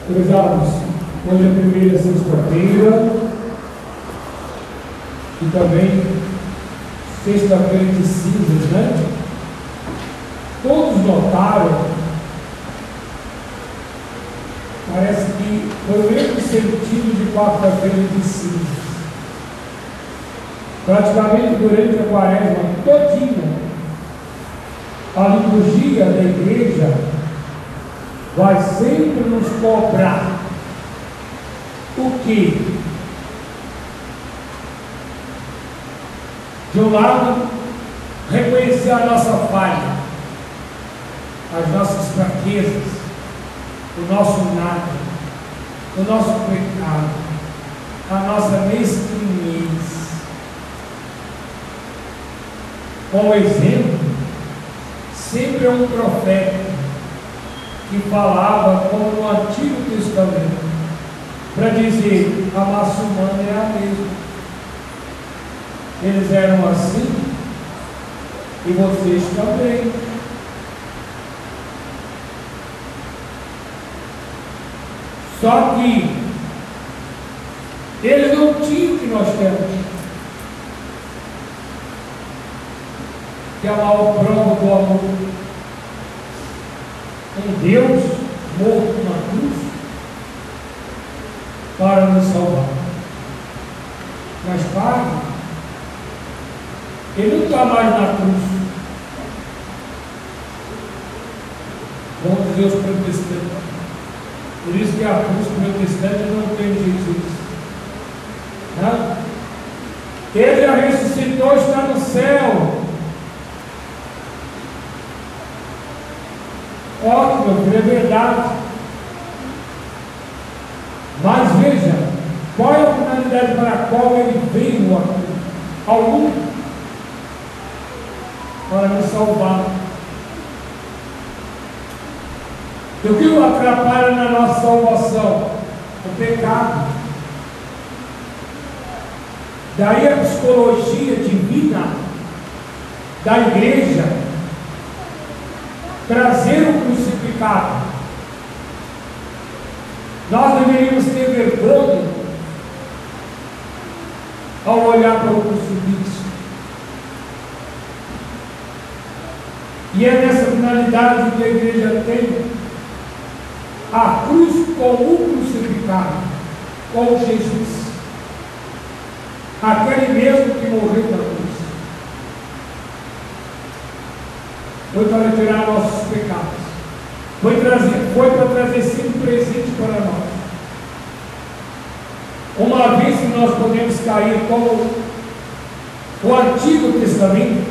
Prezados, hoje é a primeira sexta-feira e também sexta-feira de cinzas, né? Todos notaram, parece que foi o mesmo sentido de quarta-feira de cinzas. Praticamente durante a quaresma todinha, a liturgia da igreja vai sempre nos cobrar o quê? De um lado, reconhecer a nossa falha, as nossas fraquezas, o nosso nada, o nosso pecado, a nossa mesquinhez. Como exemplo, sempre é um profeta que falava, como no Antigo Testamento, para dizer: a massa humana é a mesma. Eles eram assim e vocês também. Só que eles não tinham o que nós temos, que é a maior prova do amor. Um Deus morto na cruz para nos salvar. Mas Pai, Ele não está mais na cruz. Vamos dizer os protestantes. Por isso que a cruz protestante não tem Jesus. Não? Ele já ressuscitou, está no céu. Ótimo, meu filho, é verdade. Mas veja, qual é a finalidade para a qual ele veio ao mundo? Para nos salvar. E o que o atrapalha na nossa salvação? O pecado. Daí a psicologia divina da igreja trazer o crucificado. Nós deveríamos ter vergonha ao olhar para o crucifixo. E é nessa finalidade que a igreja tem a cruz com o crucificado, com Jesus, aquele mesmo que morreu na cruz. Foi para tirar nossos pecados, foi para trazer sempre presente para nós. Uma vez que nós podemos cair como o Antigo Testamento.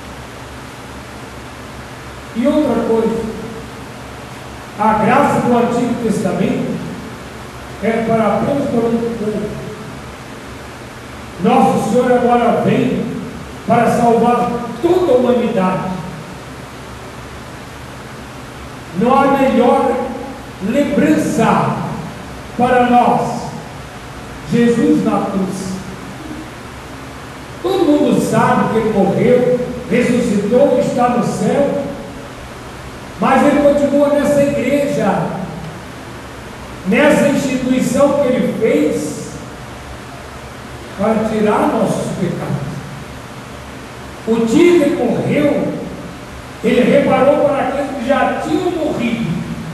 E outra coisa, a graça do Antigo Testamento é para apenas para um povo. Nosso Senhor agora vem para salvar toda a humanidade. Não há melhor lembrança para nós, Jesus na cruz. Todo mundo sabe que Ele morreu, ressuscitou, está no céu, mas Ele continua nessa igreja, nessa instituição que Ele fez para tirar nossos pecados. O dia que Ele morreu, Ele reparou para aqueles que já tinham morrido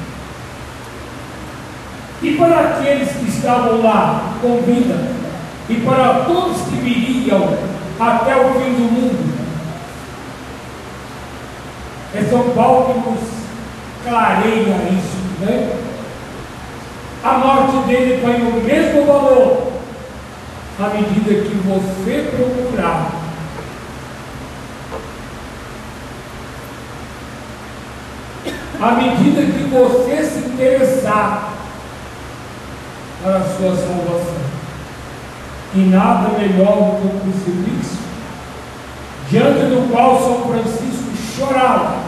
e para aqueles que estavam lá com vida e para todos que viriam até o fim do mundo. É São Paulo que nos clareia isso, né? A morte dele tem o mesmo valor à medida que você procurar à medida que você se interessar para a sua salvação. E nada melhor do que o crucifixo, diante do qual São Francisco chorava.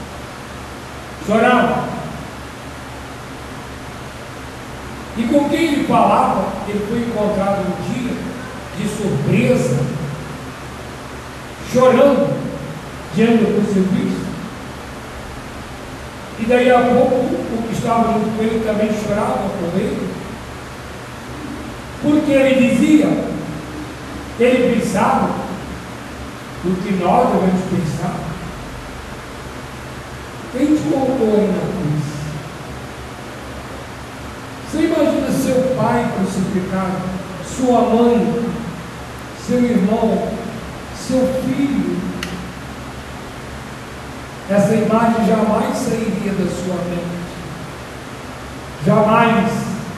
E com quem ele falava, ele foi encontrado um dia de surpresa, chorando diante do crucifixo. E daí a pouco o que estava junto com ele também chorava com ele, porque ele dizia, ele pensava o que nós devemos pensar. Quem te colocou aí na cruz? Você imagina seu pai crucificado, sua mãe, seu irmão, seu filho? Essa imagem jamais sairia da sua mente. Jamais.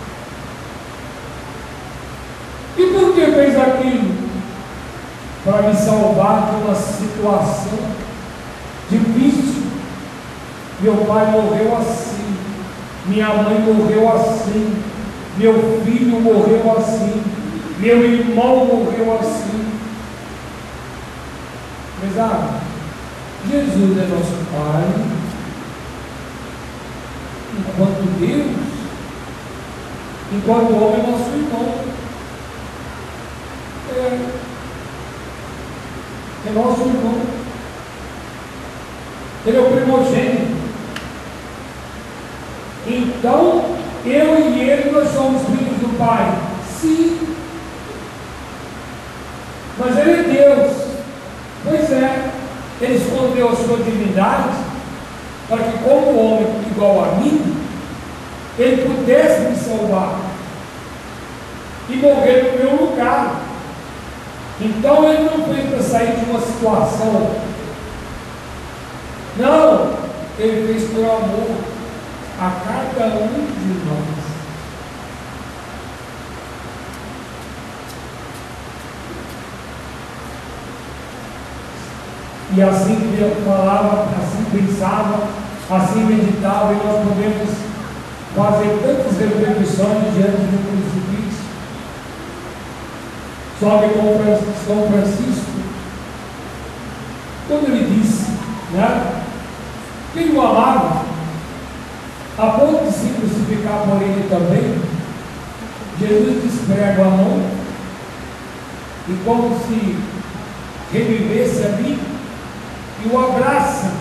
E por que fez aquilo? Para me salvar de uma situação difícil. Meu pai morreu assim, minha mãe morreu assim, meu filho morreu assim, meu irmão morreu assim. Mas Jesus é nosso Pai, enquanto Deus, enquanto homem é nosso irmão. É nosso irmão. Ele é o primogênito. Então, eu e ele, nós somos filhos do Pai. Sim. Mas ele é Deus. Pois é. Ele escondeu a sua divindade para que, como homem igual a mim, ele pudesse me salvar e morrer no meu lugar. Então ele não fez para sair de uma situação. Não, ele fez por amor a cada um de nós. E assim Deus falava, assim pensava, assim meditava, e nós podemos fazer tantas reflexões diante do crucifixo. Só que com São Francisco, quando ele disse, que ele o amava, a ponto de se crucificar por ele também, Jesus desprega a mão e, como se revivesse ali, e o abraça.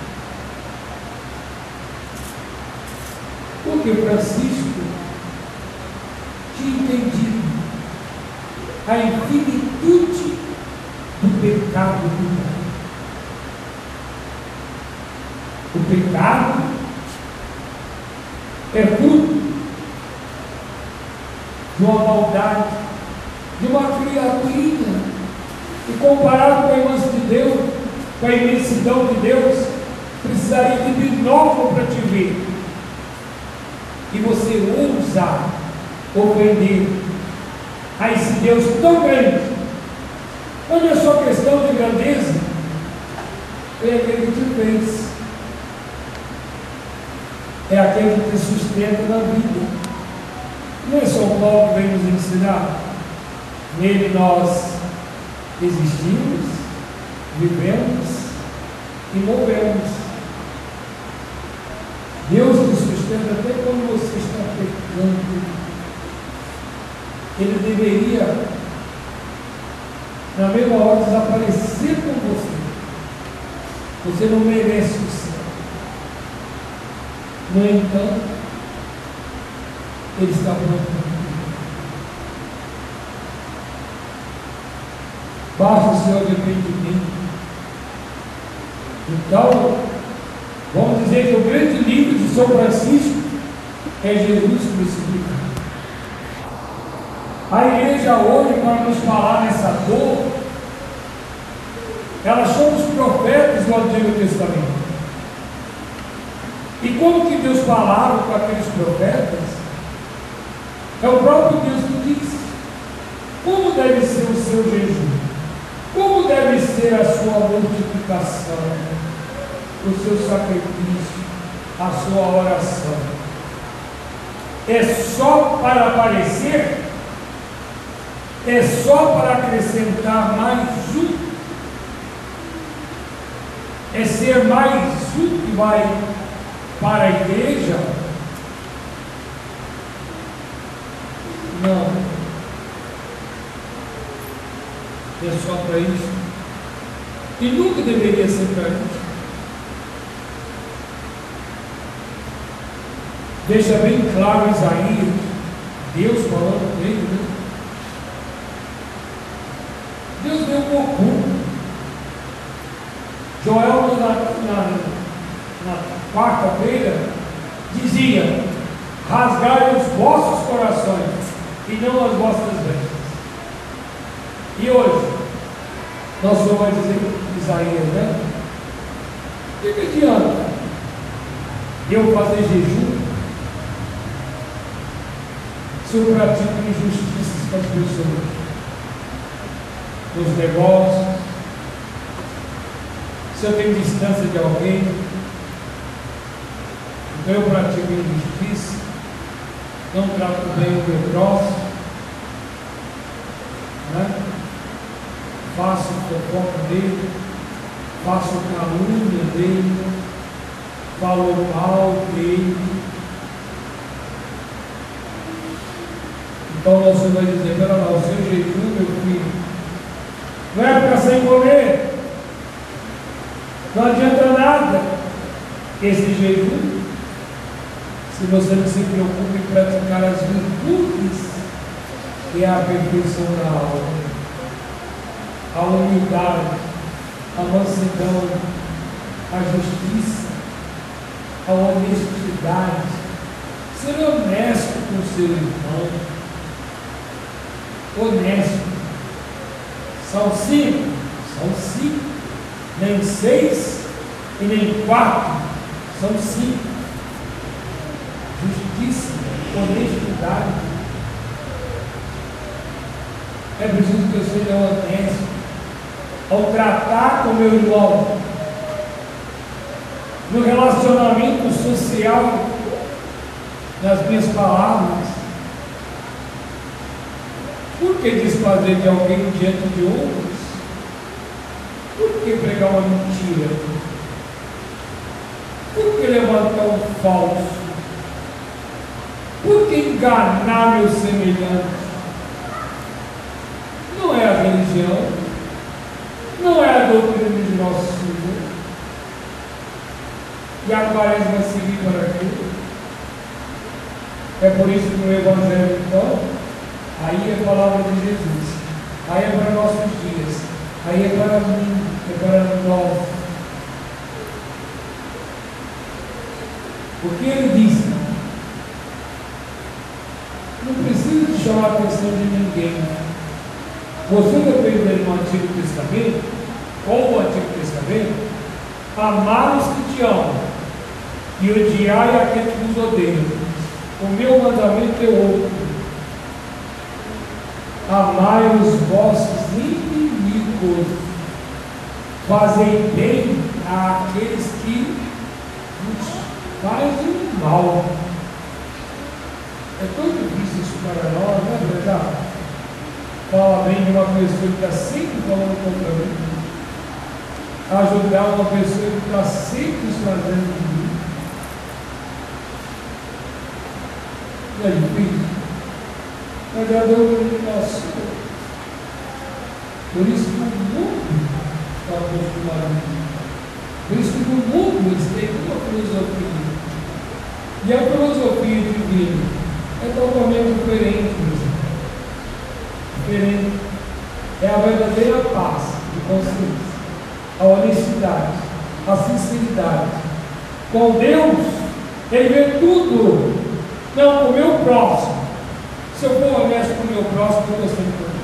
Porque Francisco tinha entendido a infinitude do pecado do mundo. O pecado é fruto de uma maldade, de uma criaturinha, e comparado com a imensidão de Deus, com a imensidão de Deus, precisaria de binóculo para te ver. E você ousa ofender a esse Deus tão grande. Não é só questão de grandeza, é aquele que te fez, é aquele que te sustenta na vida. Não é São Paulo que vem nos ensinar? Nele nós existimos, vivemos e movemos. Deus te sustenta até quando você está pecando. Ele deveria, na mesma hora, desaparecer com você. Você não merece o céu. No entanto, Ele está pronto. Basta o seu arrependimento. Então, vamos dizer que o grande livro de São Francisco é Jesus crucificado. A igreja hoje, para nos falar nessa dor, elas são os profetas do Antigo Testamento. E como que Deus falava com aqueles profetas? É o próprio Deus que diz como deve ser o seu jejum, como deve ser a sua mortificação, o seu sacrifício, a sua oração. É só para aparecer? É só para acrescentar mais um? É ser mais um que vai para a igreja? Não. É só para isso. E nunca deveria ser para isso. deixa bem claro Isaías, Deus falando com ele, né? Deus deu um oculto. Joel, na quarta-feira, dizia: rasgai os vossos corações e não as vossas vestes. E hoje, nós vamos dizer Isaías, né? O que adianta eu fazer jejum se eu pratico injustiças com as pessoas, nos negócios, se eu tenho distância de alguém, então eu pratico injustiça, não trato bem o meu próximo, né? Faço fofoca dele, faço calúnia dele, falo mal dele. Então o Senhor vai dizer: pera lá, o seu jejum, meu filho, não é ficar sem comer, não adianta nada esse jejum se você não se preocupa em praticar as virtudes, que é a perfeição da alma, a humildade, a mansidão, a justiça, a honestidade, ser honesto com o seu irmão, honesto. São cinco, nem 6 e nem 4, são 5. Justiça, honestidade. É preciso que eu seja honesto ao tratar com meu irmão, no relacionamento social, nas minhas palavras. Por que desfazer de alguém diante de outros? Por que pregar uma mentira? Por que levantar um falso? Por que enganar meus semelhantes? Não é a religião, não é a doutrina de nosso Senhor. E a Quaresma vai seguir para aquilo. É por isso que no Evangelho, então, aí é a palavra de Jesus, aí é para nossos dias, aí é para mim, é para nós. Porque ele disse: não precisa de chamar a atenção de ninguém. Você depende do Antigo Testamento, ou o Antigo Testamento, amar os que te amam e odiar aqueles que nos odeiam. O meu mandamento é outro: amai os vossos inimigos, fazei bem àqueles que nos fazem mal. É tão difícil isso para nós, não é verdade? Fala bem de uma pessoa que está sempre falando contra mim, ajudar uma pessoa que está sempre desfazendo de mim. Não é difícil? Mas já deu uma noção. Por isso que o mundo está acostumado a mim. Por isso que no mundo eles têm uma filosofia. E a filosofia divina é totalmente diferente, meus irmãos. Diferente. É a verdadeira paz de consciência, a honestidade, a sinceridade. Com Deus, Ele vê tudo. Não, com o meu próximo. Se eu for honesto com o meu próximo, eu estou sendo honesto.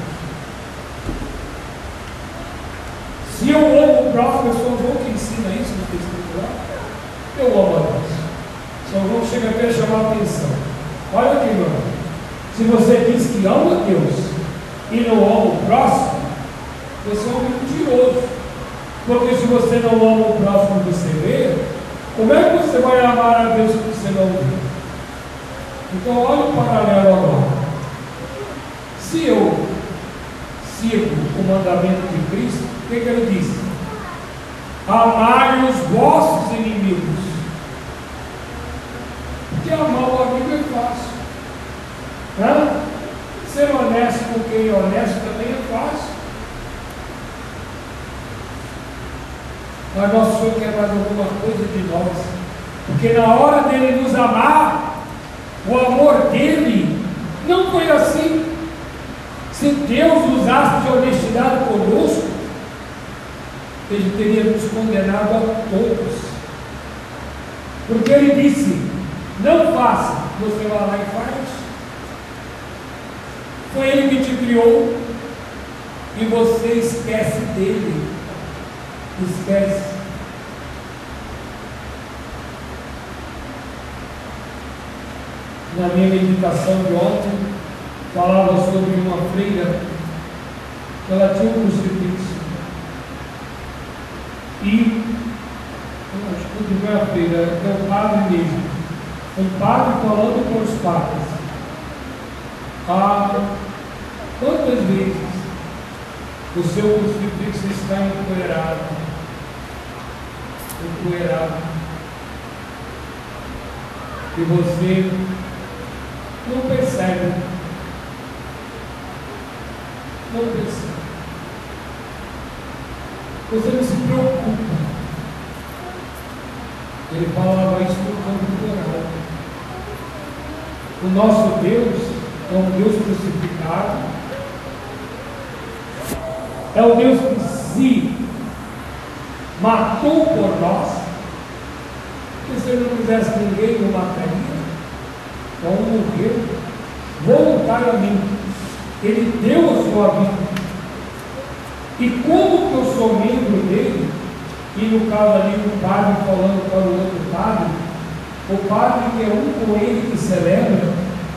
Se eu amo o próximo, eu sou o João que ensina isso no texto lá. Eu amo a Deus. São João chega até a chamar a atenção. Olha aqui, meu irmão. Se você diz que ama Deus e não ama o próximo, você é um mentiroso. Porque se você não ama o próximo que você vê, como é que você vai amar a Deus que você não vê? Então olha o paralelo agora. Se eu sigo o mandamento de Cristo, o que ele disse? Amai os vossos inimigos. Porque amar o amigo é fácil. Hã? Ser honesto com quem é honesto também é fácil. Mas nosso Senhor quer mais alguma coisa de nós. Porque na hora dele nos amar, O amor dele não foi assim. Se Deus usasse de honestidade conosco, ele teria nos condenado a todos. Porque ele disse: não faça, você vai lá e faz. Foi ele que te criou e você esquece dele. Esquece. Na minha meditação de ontem, falava sobre uma freira, ela tinha um crucifixo. E, acho que não é a freira, é o padre mesmo. Um padre falando com os padres. Quantas vezes o seu crucifixo está empoeirado? E você não percebe. Você não se preocupa. Ele falava isso no campo moral. O nosso Deus é um Deus crucificado. É o Deus que se matou por nós. Se ele não quisesse, ninguém o mataria. Então morreu voluntariamente. Ele deu a sua vida. E como que eu sou membro dele, e no caso ali o padre falando para o outro padre, o padre que é um com ele que celebra,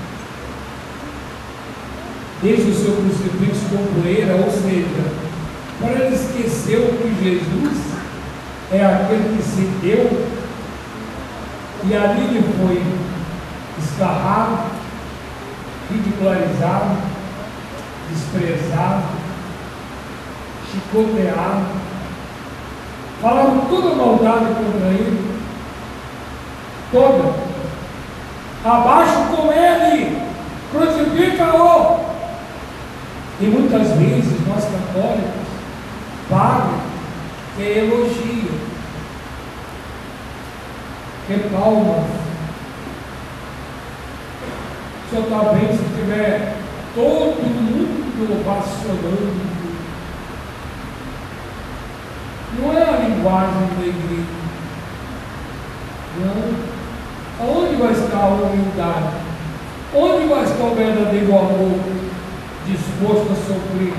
deixa o seu crucifixo com poeira, ou seja, para ele esquecer que Jesus é aquele que se deu, e ali ele foi escarrado, ridicularizado, desprezado, chicoteado, falaram toda maldade contra ele, toda. Abaixo com ele, crucifica-o. E muitas vezes nós católicos, padre, que elogio, que palmas. O senhor está bem se tiver todo mundo ovacionando. Não é a linguagem da igreja. Não. Aonde vai estar a humildade? Onde vai estar o verdadeiro amor disposto a sofrer?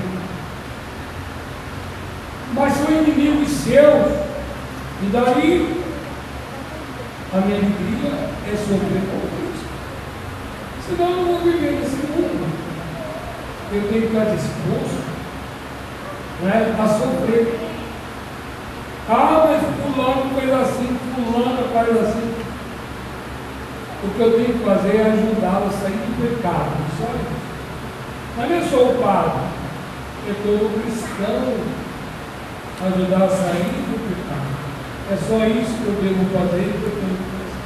Mas são inimigos seus. E daí a minha alegria é sofrer com Cristo. Senão eu não vou viver nesse mundo. Eu tenho que estar disposto, né, a sofrer. Mas fulano fez assim, fulano faz assim. O que eu tenho que fazer é ajudá-lo a sair do pecado, só isso. Mas eu sou o padre, eu sou o cristão, ajudar a sair do pecado. É só isso que eu devo fazer e que eu tenho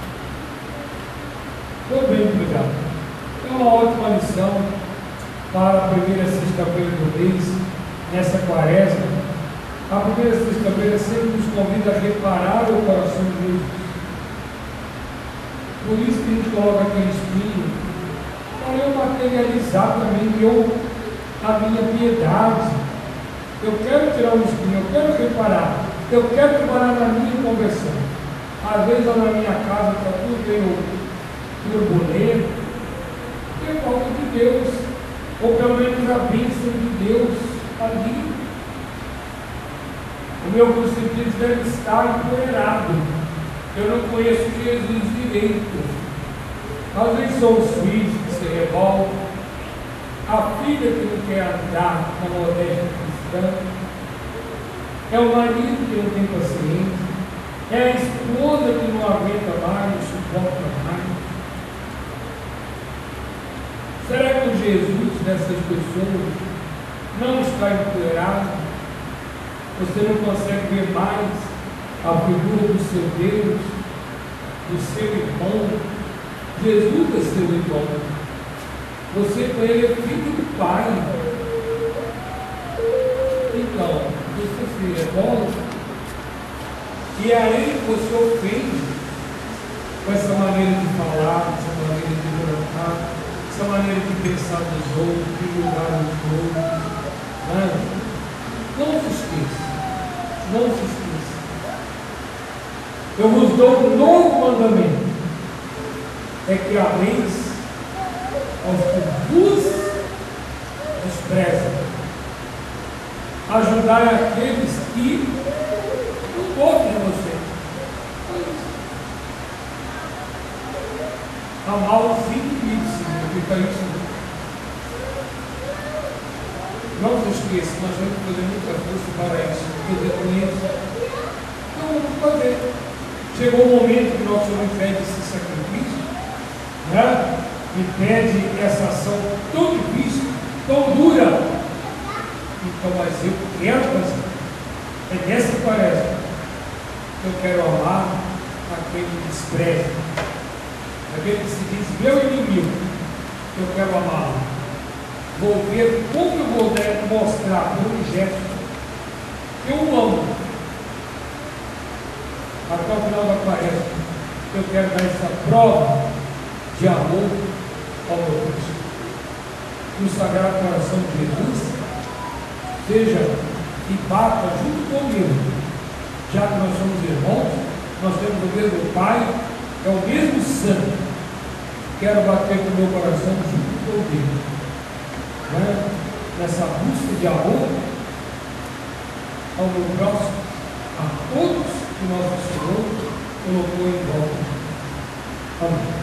que fazer. Muito bem, obrigado. É uma ótima lição para a primeira sexta-feira do mês, nessa quaresma. A primeira sexta-feira sempre nos convida a reparar o coração de Deus. Por isso que a gente coloca aquele espinho, para eu materializar também a minha piedade. Eu quero tirar um espinho, eu quero reparar, eu quero trabalhar na minha conversão. Às vezes lá na minha casa está tudo meio turbulento, é falta de Deus, ou pelo menos a bênção de Deus ali. O meu crucifixo deve estar empoeirado. Eu não conheço Jesus direito. Às vezes são os filhos que se revoltam, a filha que não quer andar na modéstia cristã, é o marido que não tem paciência, é a esposa que não aguenta mais, não suporta mais. Será que o Jesus dessas pessoas não está empoeirado? Você não consegue ver mais a figura do seu Deus, do seu irmão. Jesus é seu irmão. Você com ele é filho do Pai. Então, você se revolta e aí você ofende. com essa maneira de falar, essa maneira de levantar, essa maneira de pensar nos outros, de julgar os outros. Não se esqueça, não se esqueça. Eu vos dou um novo mandamento, é que ameis aos que vos desprezam, ajudai aqueles que não gostam de você. Amar os inimigos significa isso. Não se esqueça, nós temos que fazer muita força para isso, porque com isso não vamos fazer. Chegou o momento que nosso Senhor pede esse sacrifício, né? E pede essa ação tão difícil, tão dura. Então, mas eu quero fazer. É nessa tarefa que eu quero amar aquele que despreza, aquele que se diz meu inimigo, eu quero amá-lo. Vou ver como eu vou mostrar por um gesto que eu o amo. Até o final da quaresma, eu quero dar essa prova de amor ao meu Cristo. Que o Sagrado Coração de Jesus seja e bata junto comigo, já que nós somos irmãos, nós temos o mesmo Pai, é o mesmo sangue. Quero bater com o meu coração junto com o dele, né? Nessa busca de amor ao meu próximo, a todos que nosso Senhor colocou em volta. Amém.